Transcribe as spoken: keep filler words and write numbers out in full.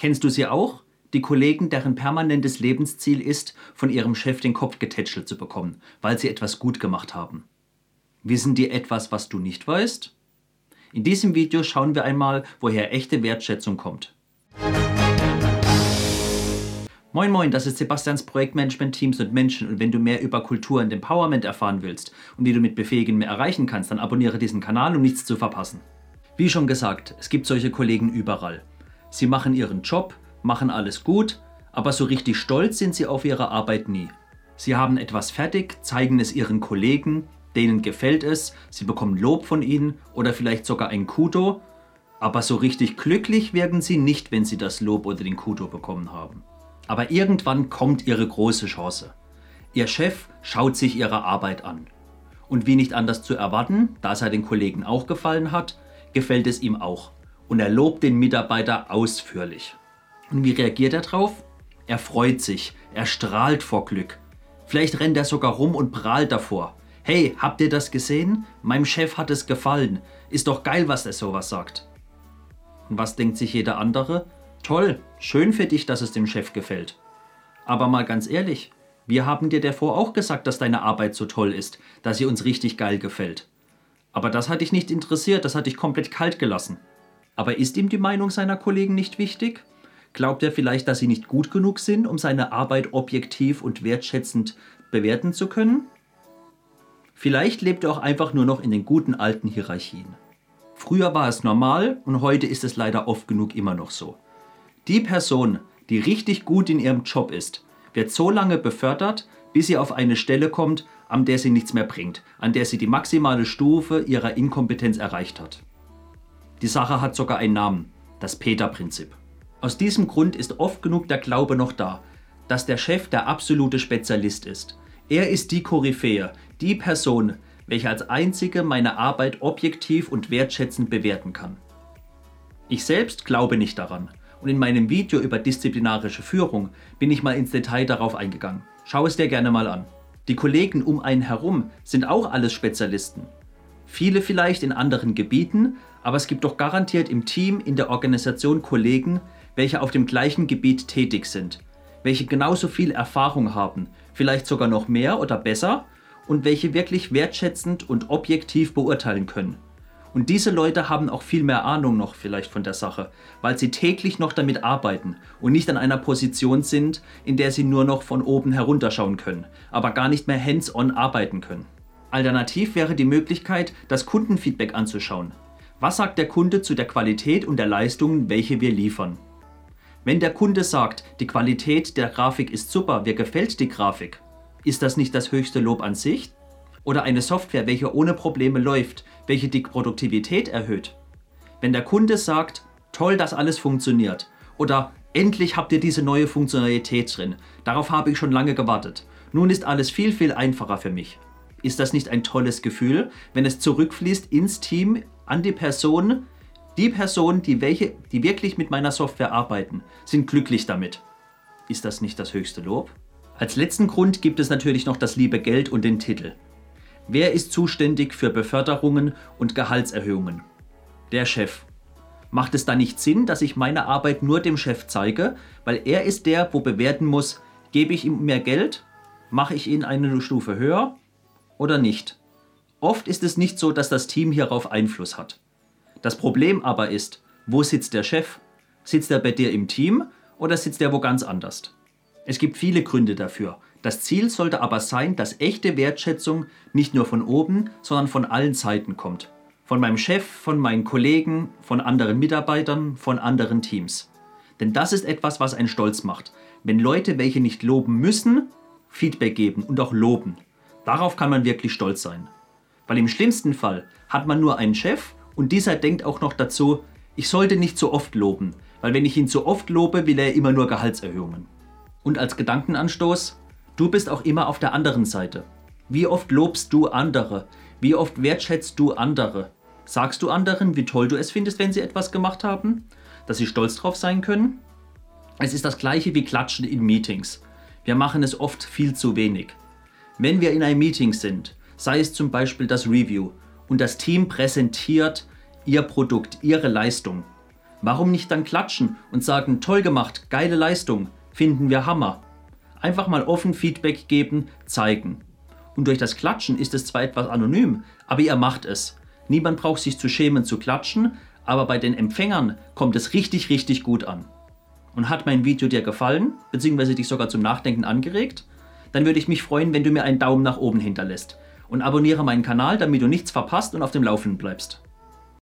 Kennst du sie auch? Die Kollegen, deren permanentes Lebensziel ist, von ihrem Chef den Kopf getätschelt zu bekommen, weil sie etwas gut gemacht haben. Wissen die etwas, was du nicht weißt? In diesem Video schauen wir einmal, woher echte Wertschätzung kommt. Moin Moin, das ist Sebastians Projektmanagement Teams und Menschen, und wenn du mehr über Kultur und Empowerment erfahren willst und wie du mit Befähigen mehr erreichen kannst, dann abonniere diesen Kanal, um nichts zu verpassen. Wie schon gesagt, es gibt solche Kollegen überall. Sie machen ihren Job, machen alles gut, aber so richtig stolz sind sie auf ihre Arbeit nie. Sie haben etwas fertig, zeigen es ihren Kollegen, denen gefällt es, sie bekommen Lob von ihnen oder vielleicht sogar ein Kudo, aber so richtig glücklich wirken sie nicht, wenn sie das Lob oder den Kudo bekommen haben. Aber irgendwann kommt ihre große Chance. Ihr Chef schaut sich ihre Arbeit an. Und wie nicht anders zu erwarten, da es ja den Kollegen auch gefallen hat, gefällt es ihm auch. Und er lobt den Mitarbeiter ausführlich. Und wie reagiert er drauf? Er freut sich, er strahlt vor Glück. Vielleicht rennt er sogar rum und prahlt davor. Hey, habt ihr das gesehen? Meinem Chef hat es gefallen. Ist doch geil, was er sowas sagt. Und was denkt sich jeder andere? Toll, schön für dich, dass es dem Chef gefällt. Aber mal ganz ehrlich, wir haben dir davor auch gesagt, dass deine Arbeit so toll ist, dass sie uns richtig geil gefällt. Aber das hat dich nicht interessiert, das hat dich komplett kalt gelassen. Aber ist ihm die Meinung seiner Kollegen nicht wichtig? Glaubt er vielleicht, dass sie nicht gut genug sind, um seine Arbeit objektiv und wertschätzend bewerten zu können? Vielleicht lebt er auch einfach nur noch in den guten alten Hierarchien. Früher war es normal und heute ist es leider oft genug immer noch so. Die Person, die richtig gut in ihrem Job ist, wird so lange befördert, bis sie auf eine Stelle kommt, an der sie nichts mehr bringt, an der sie die maximale Stufe ihrer Inkompetenz erreicht hat. Die Sache hat sogar einen Namen, das Peter-Prinzip. Aus diesem Grund ist oft genug der Glaube noch da, dass der Chef der absolute Spezialist ist. Er ist die Koryphäe, die Person, welche als einzige meine Arbeit objektiv und wertschätzend bewerten kann. Ich selbst glaube nicht daran. Und in meinem Video über disziplinarische Führung bin ich mal ins Detail darauf eingegangen. Schau es dir gerne mal an. Die Kollegen um einen herum sind auch alles Spezialisten. Viele vielleicht in anderen Gebieten, aber es gibt doch garantiert im Team, in der Organisation Kollegen, welche auf dem gleichen Gebiet tätig sind, welche genauso viel Erfahrung haben, vielleicht sogar noch mehr oder besser, und welche wirklich wertschätzend und objektiv beurteilen können. Und diese Leute haben auch viel mehr Ahnung noch vielleicht von der Sache, weil sie täglich noch damit arbeiten und nicht an einer Position sind, in der sie nur noch von oben herunterschauen können, aber gar nicht mehr hands-on arbeiten können. Alternativ wäre die Möglichkeit, das Kundenfeedback anzuschauen. Was sagt der Kunde zu der Qualität und der Leistungen, welche wir liefern? Wenn der Kunde sagt, die Qualität der Grafik ist super, mir gefällt die Grafik, ist das nicht das höchste Lob an sich? Oder eine Software, welche ohne Probleme läuft, welche die Produktivität erhöht. Wenn der Kunde sagt, toll, dass alles funktioniert, oder endlich habt ihr diese neue Funktionalität drin, darauf habe ich schon lange gewartet, nun ist alles viel, viel einfacher für mich. Ist das nicht ein tolles Gefühl, wenn es zurückfließt ins Team, an die Person, die Personen, die, welche, die wirklich mit meiner Software arbeiten, sind glücklich damit. Ist das nicht das höchste Lob? Als letzten Grund gibt es natürlich noch das liebe Geld und den Titel. Wer ist zuständig für Beförderungen und Gehaltserhöhungen? Der Chef. Macht es da nicht Sinn, dass ich meine Arbeit nur dem Chef zeige, weil er ist der, wo bewerten muss, gebe ich ihm mehr Geld, mache ich ihn eine Stufe höher oder nicht? Oft ist es nicht so, dass das Team hierauf Einfluss hat. Das Problem aber ist, wo sitzt der Chef? Sitzt er bei dir im Team oder sitzt er wo ganz anders? Es gibt viele Gründe dafür. Das Ziel sollte aber sein, dass echte Wertschätzung nicht nur von oben, sondern von allen Seiten kommt. Von meinem Chef, von meinen Kollegen, von anderen Mitarbeitern, von anderen Teams. Denn das ist etwas, was einen stolz macht. Wenn Leute, welche nicht loben müssen, Feedback geben und auch loben. Darauf kann man wirklich stolz sein. Weil im schlimmsten Fall hat man nur einen Chef und dieser denkt auch noch dazu, ich sollte nicht so oft loben, weil wenn ich ihn zu oft lobe, will er immer nur Gehaltserhöhungen. Und als Gedankenanstoß, du bist auch immer auf der anderen Seite. Wie oft lobst du andere? Wie oft wertschätzt du andere? Sagst du anderen, wie toll du es findest, wenn sie etwas gemacht haben? Dass sie stolz drauf sein können? Es ist das gleiche wie Klatschen in Meetings. Wir machen es oft viel zu wenig. Wenn wir in einem Meeting sind, sei es zum Beispiel das Review, und das Team präsentiert ihr Produkt, ihre Leistung, Warum nicht dann klatschen und sagen, toll gemacht, geile Leistung, finden wir Hammer. Einfach mal offen Feedback geben, zeigen. Und durch das Klatschen ist es zwar etwas anonym, aber ihr macht es. Niemand braucht sich zu schämen zu klatschen, aber bei den Empfängern kommt es richtig, richtig gut an. Und hat mein Video dir gefallen, beziehungsweise dich sogar zum Nachdenken angeregt, dann würde ich mich freuen, wenn du mir einen Daumen nach oben hinterlässt. Und abonniere meinen Kanal, damit du nichts verpasst und auf dem Laufenden bleibst.